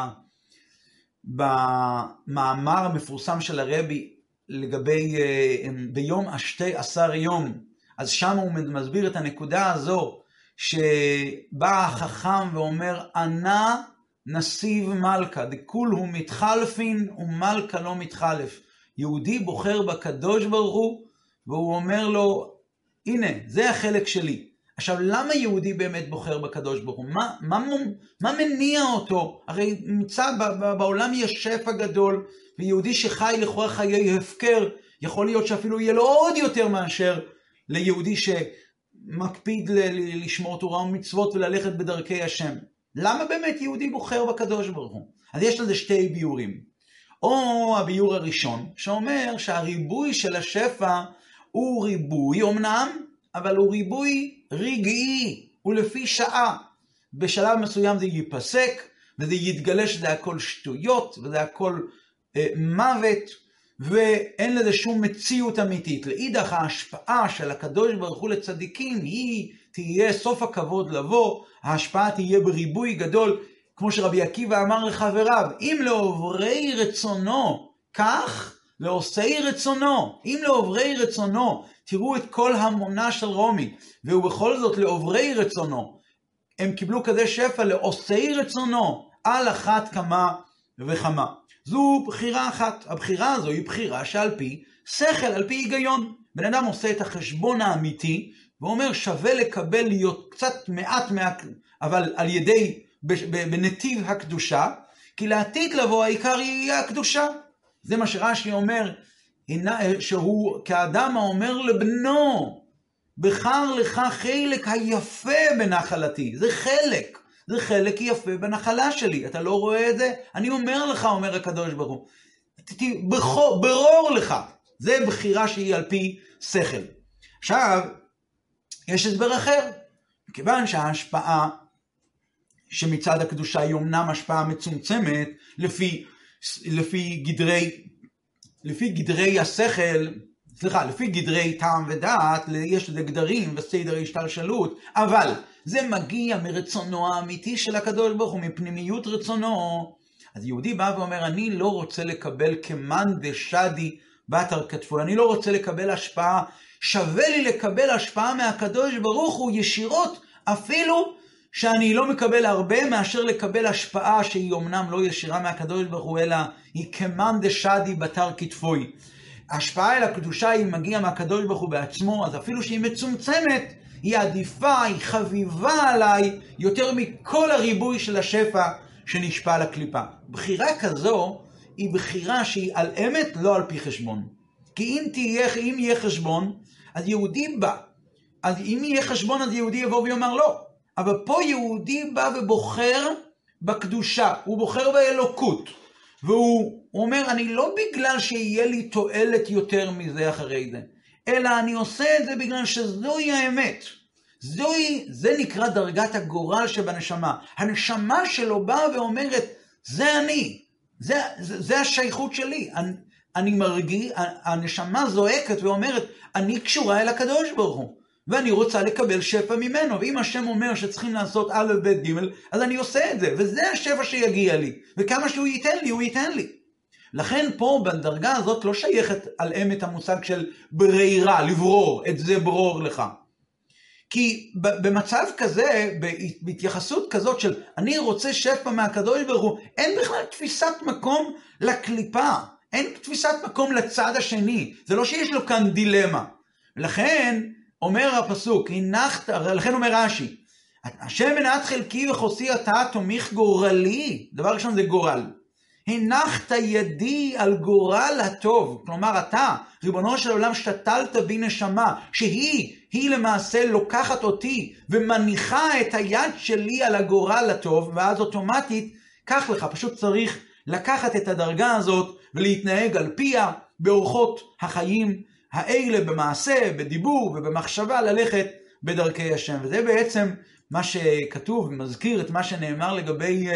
במאמר המפורסם של הרבי לגבי ביום 12 יום. אז שם הוא מסביר את הנקודה הזו, שבא החכם ואומר, ענה נסיב מלכה, דכול הוא מתחלפין ומלכה לא מתחלף. יהודי בוחר בקדוש ברוך הוא, והוא אומר לו, הנה, זה החלק שלי. עכשיו, למה יהודי באמת בוחר בקדוש ברוך הוא? מה מניע אותו? הרי בעולם יש שפע גדול, ויהודי שחי לכאורה חיי הפקר, יכול להיות שאפילו יהיה לו עוד יותר מאשר ליהודי שמקפיד לשמור תורה ומצוות וללכת בדרכי השם. למה באמת יהודי בוחר בקדוש ברוך הוא? אז יש לזה שתי ביורים. או הביור הראשון, שאומר שהריבוי של השפע הוא ריבוי אמנם, אבל הוא ריבוי רגעי, הוא לפי שעה. בשלב מסוים זה ייפסק, וזה יתגלה שזה הכל שטויות, וזה הכל מוות, ואין לזה שום מציאות אמיתית. לאידך ההשפעה של הקדוש ברוך הוא לצדיקים, היא תהיה סוף הכבוד לבוא, ההשפעה תהיה בריבוי גדול, כמו שרבי עקיבא אמר לחבריו, אם לעוברי רצונו, כך לעושי רצונו, אם לעוברי רצונו, תראו את כל המונה של רומי, ובכל זאת לעוברי רצונו, הם קיבלו כזה שפע לעושי רצונו, על אחת כמה וכמה. זו בחירה אחת, הבחירה הזו היא בחירה שעל פי שכל, על פי היגיון. בן אדם עושה את החשבון האמיתי, ואומר שווה לקבל להיות קצת מעט, אבל על ידי בנתיב הקדושה, כי לעתיד לבוא העיקר יהיה הקדושה. זה מה שרש"י אומר, שהוא כאדם האומר לבנו, בחר לך חלק היפה בנחלתי. זה חלק. זה חלק יפה בנחלה שלי. אתה לא רואה את זה? אני אומר לך, אומר הקדוש ברוך הוא. ברור לך. זה בחירה שהיא על פי שכל. עכשיו, יש הסבר אחר. מכיוון שההשפעה שמצד הקדושה היא אומנם השפעה מצומצמת, לפי גדרי השכל, לפי גדרי טעם ודעת, יש לזה גדרים וסדר השתלשלות, אבל זה מגיע מרצונו האמיתי של הקדוש ברוך הוא, מפנימיות רצונו. אז יהודי בא ואומר, אני לא רוצה לקבל כמן דשדי בתר כתפו, אני לא רוצה לקבל השפעה, שווה לי לקבל השפעה מהקדוש ברוך הוא ישירות, אפילו שאני לא מקבל הרבה מאשר לקבל השפעה שהיא אומנם לא ישירה מהקדוש ברוך הוא, אלא היא כמן דשדי בתר כתפוי. ההשפעה אל הקדושה היא מגיעה מהקדוש ברוך הוא בעצמו, אז אפילו שהיא מצומצמת, היא עדיפה, היא חביבה עליי, יותר מכל הריבוי של השפע שנשפע על הקליפה. בחירה כזו היא בחירה שהיא על אמת, לא על פי חשבון. כי אם יהיה חשבון, אז יהודי בא. אז אם יהיה חשבון, אז יהודי יבוא ויאמר לא. אבל פה יהודי בא ובוחר בקדושה, הוא בוחר באלוקות. והוא אומר, אני לא בגלל שיהיה לי תועלת יותר מזה אחרי זה, אלא אני עושה את זה בגלל שזוהי האמת. זה נקרא דרגת הגורל שבנשמה. הנשמה שלו באה ואומרת, זה אני, זה השייכות שלי. אני מרגיש, הנשמה זועקת ואומרת, אני קשורה אל הקדוש ברוך הוא, ואני רוצה לקבל שפע ממנו, ואם השם אומר שצריכים לעשות א' ב' ג', אז אני עושה את זה, וזה השפע שיגיע לי, וכמה שהוא ייתן לי, הוא ייתן לי. לכן פה בדרגה הזאת לא שייכת על אמת המושג של ברירה, לברור, את זה ברור לך. כי במצב כזה, בהתייחסות כזאת של אני רוצה שפע מהקדוש ברוך הוא, אין בכלל תפיסת מקום לקליפה, אין תפיסת מקום לצד השני, זה לא שיש לו כאן דילמה. לכן אומר הפסוק, לכן אומר רש"י, השם מנת חלקי וחוסי אתה תומיך גורלי, דבר ראשון זה גורל. הנחת ידי על גורל הטוב, כלומר אתה, ריבונו של עולם, שתלת בי נשמה, שהיא למעשה לוקחת אותי ומניחה את היד שלי על הגורל הטוב, ואז אוטומטית, כך לך, פשוט צריך לקחת את הדרגה הזאת ולהתנהג על פיה באורחות החיים האלה, במעשה, בדיבור ובמחשבה, ללכת בדרכי השם. וזה בעצם מה שכתוב ומזכיר את מה שנאמר לגבי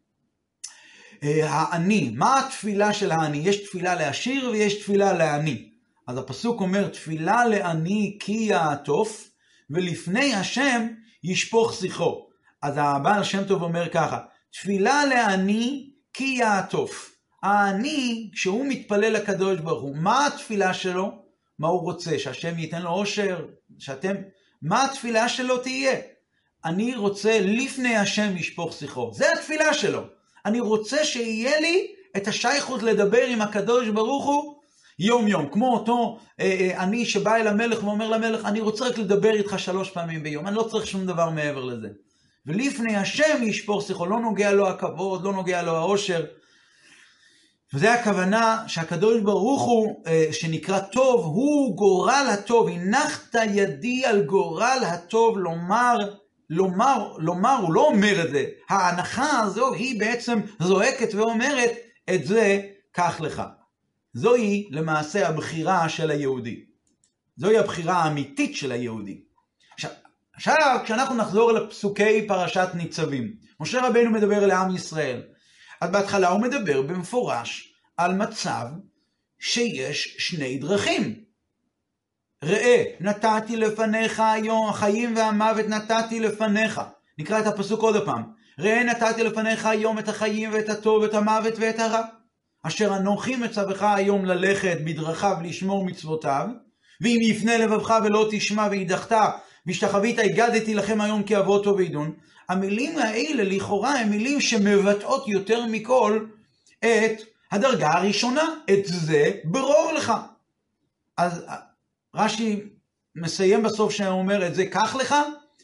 העני. מה התפילה של העני? יש תפילה לעשיר ויש תפילה לעני. אז הפסוק אומר, תפילה לעני כי יעטוף, ולפני השם ישפוך שיחו. אז הבעל שם טוב אומר ככה, תפילה לעני כי יעטוף. העני, כשהוא מתפלל לקדוש ברוך הוא, מה התפילה שלו? מה הוא רוצה? שהשם ייתן לו עושר? מה התפילה שלו תהיה? אני רוצה לפני השם ישפוך שיחו. זה התפילה שלו. אני רוצה שיהיה לי את השייכות לדבר עם הקדוש ברוך הוא יום יום. כמו אותו אני שבא אל המלך ואומר למלך, אני רוצה רק לדבר איתך 3 פעמים ביום. אני לא צריך שום דבר מעבר לזה. ולפני השם ישפוך שיחו. לא נוגע לו הכבוד, לא נוגע לו העושר. וזה הכוונה שהקדוש ברוך הוא, שנקרא טוב, הוא גורל הטוב. הנחת ידי על גורל הטוב, לומר, הוא לא אומר את זה. ההנחה הזו היא בעצם זועקת ואומרת, את זה קח לך. זוהי למעשה הבחירה של היהודי. זוהי הבחירה האמיתית של היהודי. עכשיו, כשאנחנו נחזור לפסוקי פרשת ניצבים, משה רבינו מדבר לעם ישראל. אז בהתחלה הוא מדבר במפורש על מצב שיש 2 דרכים. ראה, נתתי לפניך היום, החיים והמוות נתתי לפניך. נקרא את הפסוק עוד הפעם. ראה, נתתי לפניך היום את החיים ואת הטוב, את המוות ואת הרע. אשר אנוכי מצווך היום ללכת בדרכיו לשמור מצוותיו, ואם יפנה לבבך ולא תשמע והידחת, והשתחווית הגדתי לכם היום כי אבות ועידון. המילים האלה לכאורה הן מילים שמבטאות יותר מכל את הדרגה הראשונה. את זה ברור לך. אז רש"י מסיים בסוף שאומר את זה קח לך,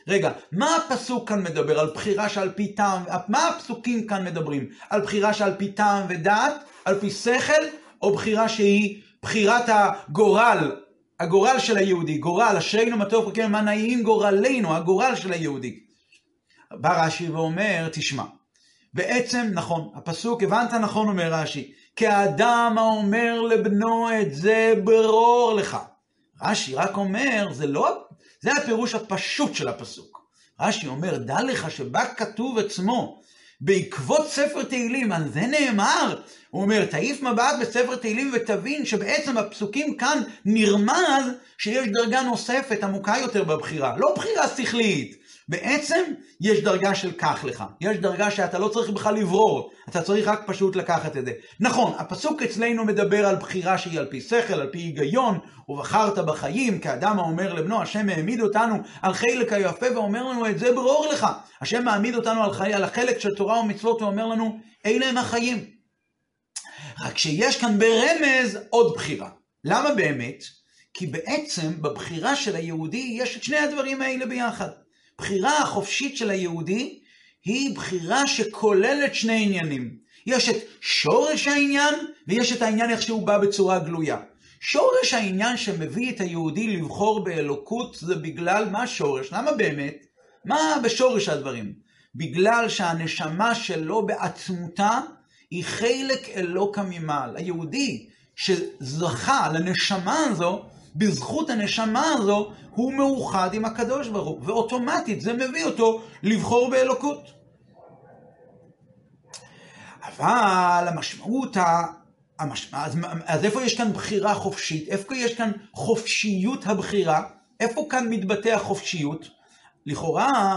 רגע, מה הפסוק כאן מדבר? על בחירה שעל פי טעם, מה הפסוקים כאן מדברים? על בחירה שעל פי טעם ודעת, על פי שכל, או בחירה שהיא בחירת הגורל של היהודי, גורל, אשרינו מה טוב וכן מה נעים גורלנו, הגורל של היהודי. בא רש"י ואומר, תשמע, בעצם נכון, הפסוק, הבנת נכון אומר רש"י, כי האדם האומר לבנו את זה ברור לך. רש"י רק אומר, זה הפירוש הפשוט של הפסוק. רש"י אומר, דע לך שבה כתוב עצמו, בעקבות ספר תהילים, על זה נאמר, הוא אומר, תעיף מבט בספר תהילים ותבין שבעצם הפסוקים כאן נרמז שיש דרגה נוספת עמוקה יותר בבחירה, לא בחירה שכלית, בעצם יש דרגה של כך לך, יש דרגה שאתה לא צריך בכלל לברור, אתה צריך רק פשוט לקחת את זה. נכון, הפסוק אצלנו מדבר על בחירה שהיא על פי שכל, על פי היגיון, ובחרת בחיים, כאדם האומר לבנו, השם העמיד אותנו על חלק היפה ואומר לנו את זה ברור לך. השם מעמיד אותנו על החלק של תורה ומצוות ואומר לנו, אלה הם החיים. רק שיש כאן ברמז עוד בחירה. למה באמת? כי בעצם בבחירה של היהודי יש את שני הדברים האלה ביחד. בחירה החופשית של היהודי היא בחירה שכוללת שני עניינים. יש את שורש העניין ויש את העניין איך שהוא בא בצורה גלויה. שורש העניין שמביא את היהודי לבחור באלוקות זה בגלל מה שורש? למה באמת? מה בשורש הדברים? בגלל שהנשמה שלו בעצמותה היא חלק אלוקה ממעל. היהודי שזכה לנשמה הזו, בזכות הנשמה הזו, הוא מאוחד עם הקדוש ברוך הוא, ואוטומטית זה מביא אותו לבחור באלוקות. אבל המשמעות, אז איפה יש כאן בחירה חופשית? איפה יש כאן חופשיות הבחירה? איפה כאן מתבטא החופשיות? לכאורה,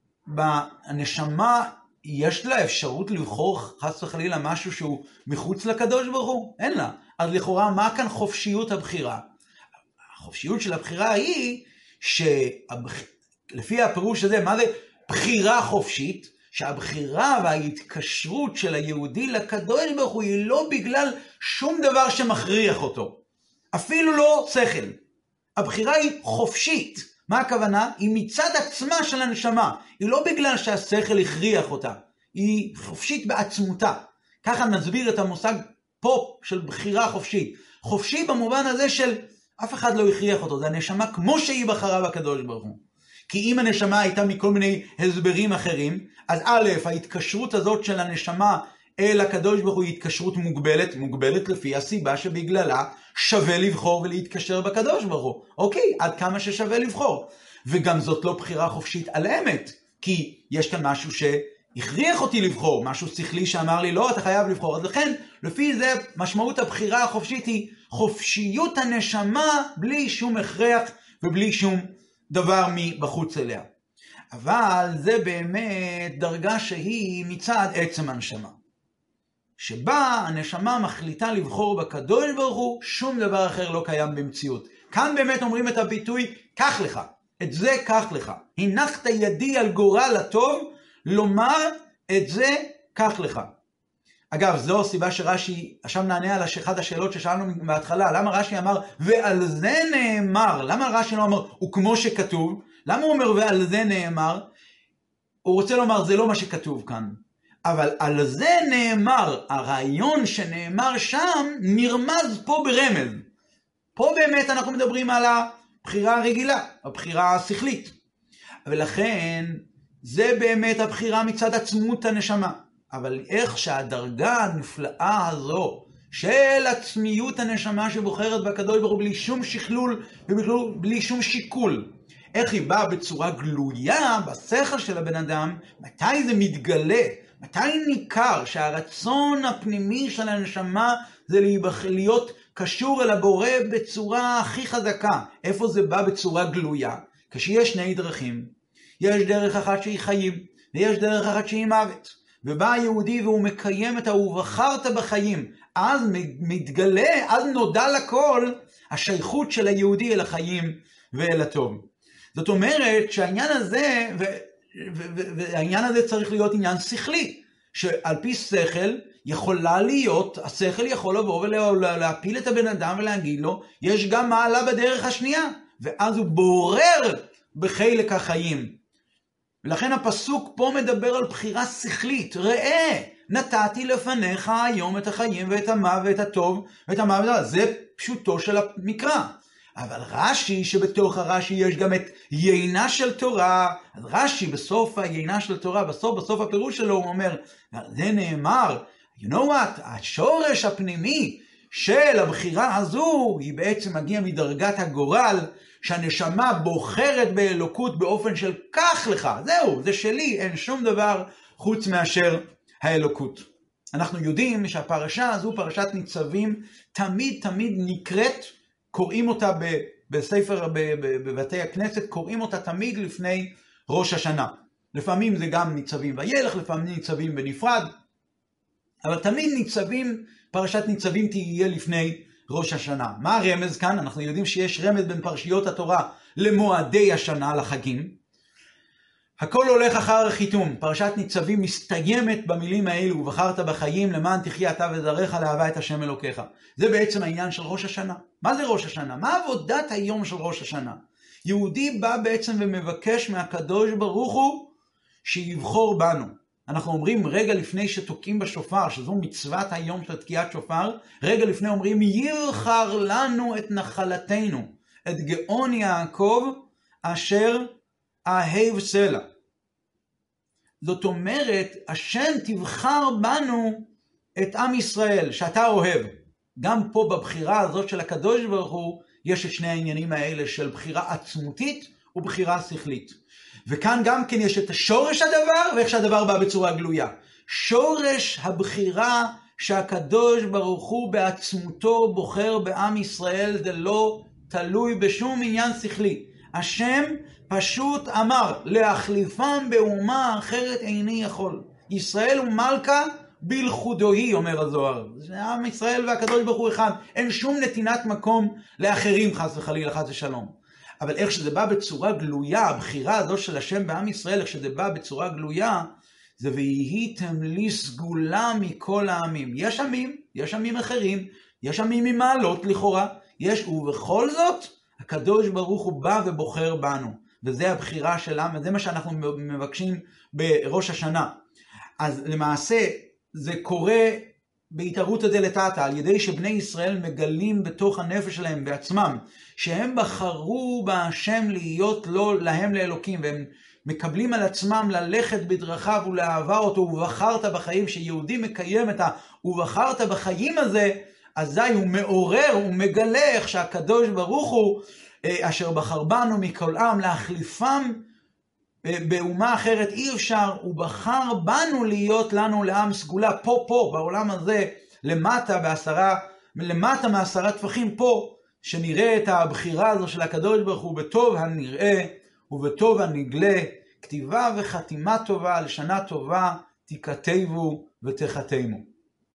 בנשמה יש לה אפשרות לבחור חס וחלילה משהו שהוא מחוץ לקדוש ברוך הוא? אין לה. אז לכאורה, מה כאן חופשיות הבחירה? החופשיות של הבחירה היא שלפי הפירוש הזה, מה זה בחירה חופשית? שהבחירה וההתקשרות של היהודי לקדוש ברוך הוא היא לא בגלל שום דבר שמכריח אותו. אפילו לא שכל. הבחירה היא חופשית. מה הכוונה? היא מצד עצמה של הנשמה. היא לא בגלל שהשכל הכריח אותה. היא חופשית בעצמותה. ככה נסביר את המושג פה של בחירה חופשית. חופשי במובן הזה של אף אחד לא הכריח אותו. זה הנשמה כמו שהיא בחרה בקדוש ברוך הוא. כי אם הנשמה הייתה מכל מיני הסברים אחרים, אז א', ההתקשרות הזאת של הנשמה אל הקדוש ברוך הוא היא התקשרות מוגבלת לפי הסיבה שבגללה שווה לבחור ולהתקשר בקדוש ברוך הוא. אוקיי, עד כמה ששווה לבחור. וגם זאת לא בחירה חופשית על אמת, כי יש כאן משהו שהכריח אותי לבחור, משהו שכלי שאמר לי לא, אתה חייב לבחור. אז לכן, לפי זה, משמעות הבחירה החופשית היא חופשיות הנשמה בלי שום הכרח ובלי שום דבר מבחוץ אליה. אבל זה באמת דרגה שהיא מצד עצם הנשמה. שבה הנשמה מחליטה לבחור בקדוש ברוך הוא, שום דבר אחר לא קיים במציאות. כאן באמת אומרים את הביטוי, קח לך, את זה קח לך. הנחת ידי על גורל הטוב, לומר את זה קח לך. אגב, זו הסיבה שרש"י, עכשיו נענה על אחת השאלות ששאלנו מההתחלה, למה רש"י אמר, ועל זה נאמר, למה רש"י לא אמר, וכמו שכתוב, למה הוא אומר, ועל זה נאמר, הוא רוצה לומר, זה לא מה שכתוב כאן, אבל על זה נאמר, הרעיון שנאמר שם, נרמז פה ברמז. פה באמת אנחנו מדברים על הבחירה הרגילה, הבחירה השכלית, ולכן, זה באמת הבחירה מצד עצמות הנשמה. אבל איך שהדרגה הנפלאה הזו של עצמיות הנשמה שבוחרת בקדוש ברוך הוא בלי שום שכלול ובלי שום שיקול, איך היא באה בצורה גלויה בשכל של הבן אדם, מתי זה מתגלה, מתי ניכר שהרצון הפנימי של הנשמה זה להיות קשור אל הבורא בצורה הכי חזקה. איפה זה בא בצורה גלויה? כשיש שני דרכים. יש דרך אחת שהיא חיים ויש דרך אחת שהיא מוות. ובא היהודי והוא מקיים את ובחרת בחיים, אז מתגלה, אז נודע לכל השייכות של היהודי אל החיים ואל הטוב. זאת אומרת שהעניין הזה, והעניין הזה צריך להיות עניין שכלי, שעל פי שכל יכולה להיות, השכל יכול לבוא ולהפיל את הבן אדם ולהגיד לו, יש גם מעלה בדרך השנייה, ואז הוא בורר בחלק החיים. ולכן הפסוק פה מדבר על בחירה שכלית. ראה, נתתי לפניך היום את החיים ואת המוות, הטוב ואת המוות. זה פשוטו של המקרא. אבל רש"י, שבתוך הרש"י יש גם את יינה של תורה, אז רש"י בסוף היינה של תורה, בסוף הפירוש שלו הוא אומר, זה נאמר, you know what, השורש הפנימי של הבחירה הזו, היא בעצם מגיעה מדרגת הגורל, שהנשמה בוחרת באלוקות באופן של כך לך, זהו, זה שלי, אין שום דבר חוץ מאשר האלוקות. אנחנו יודעים שהפרשה הזו, פרשת ניצבים, תמיד נקראת, קוראים אותה בספר, בבתי הכנסת, קוראים אותה תמיד לפני ראש השנה. לפעמים זה גם ניצבים וילך, לפעמים ניצבים בנפרד, אבל תמיד ניצבים, פרשת ניצבים תהיה לפני ראש השנה. מה הרמז כאן? אנחנו יודעים שיש רמז בין פרשיות התורה למועדי השנה, לחגים. הכל הולך אחר החיתום. פרשת ניצבים מסתיימת במילים האלו, ובחרת בחיים למען תחיה אתה וזרעך לאהבה את השם אלוקיך. זה בעצם העניין של ראש השנה. מה זה ראש השנה? מה עבודת היום של ראש השנה? יהודי בא בעצם ומבקש מהקדוש ברוך הוא שיבחור בנו. אנחנו אומרים רגע לפני שתוקעים בשופר, שזו מצוות היום של תקיעת שופר, רגע לפני אומרים יבחר לנו את נחלתנו, את גאון יעקב אשר אהב סלע. זאת אומרת, השם תבחר בנו את עם ישראל שאתה אוהב. גם פה בבחירה הזאת של הקדוש ברוך הוא, יש את שני העניינים האלה של בחירה עצמותית ובחירה שכלית. וכאן גם כן יש את שורש הדבר ואיך שהדבר בא בצורה גלויה. שורש הבחירה שהקדוש ברוך הוא בעצמותו בוחר בעם ישראל, זה לא תלוי בשום עניין שכלי. השם פשוט אמר, להחליפם באומה אחרת איני יכול. ישראל ומלכה בלכודוהי, אומר הזוהר. זה עם ישראל והקדוש ברוך הוא אחד. אין שום נתינת מקום לאחרים, חס וחלילה, חס ושלום. אבל איך שזה בא בצורה גלויה, הבחירה הזו של השם בעם ישראל, איך שזה בא בצורה גלויה, זה והייתם לי סגולה מכל העמים. יש עמים אחרים, יש עמים ממעלות לכאורה, ובכל זאת, הקדוש ברוך הוא בא ובוחר בנו. וזה הבחירה שלנו, וזה מה שאנחנו מבקשים בראש השנה. אז למעשה, זה קורה בהתערותא דלתתא, על ידי שבני ישראל מגלים בתוך הנפש שלהם בעצמם, שהם בחרו בהשם להיות להם לאלוקים, והם מקבלים על עצמם ללכת בדרכיו ולאהבה אותו, ובחרת בחיים, שיהודי מקיים את ובחרת בחיים הזה, אזי הוא מעורר ומגלה איך שהקדוש ברוך הוא, אשר בחר בנו מכל עם, להחליפם באומה אחרת אי אפשר, הוא בחר בנו להיות לנו לעם סגולה, פה, בעולם הזה, למטה מ10 טפחים פה, שנראה את הבחירה הזו של הקדוש ברוך הוא בטוב הנראה ובטוב הנגלה, כתיבה וחתימה טובה, לשנה טובה, תכתבו ותחתמו.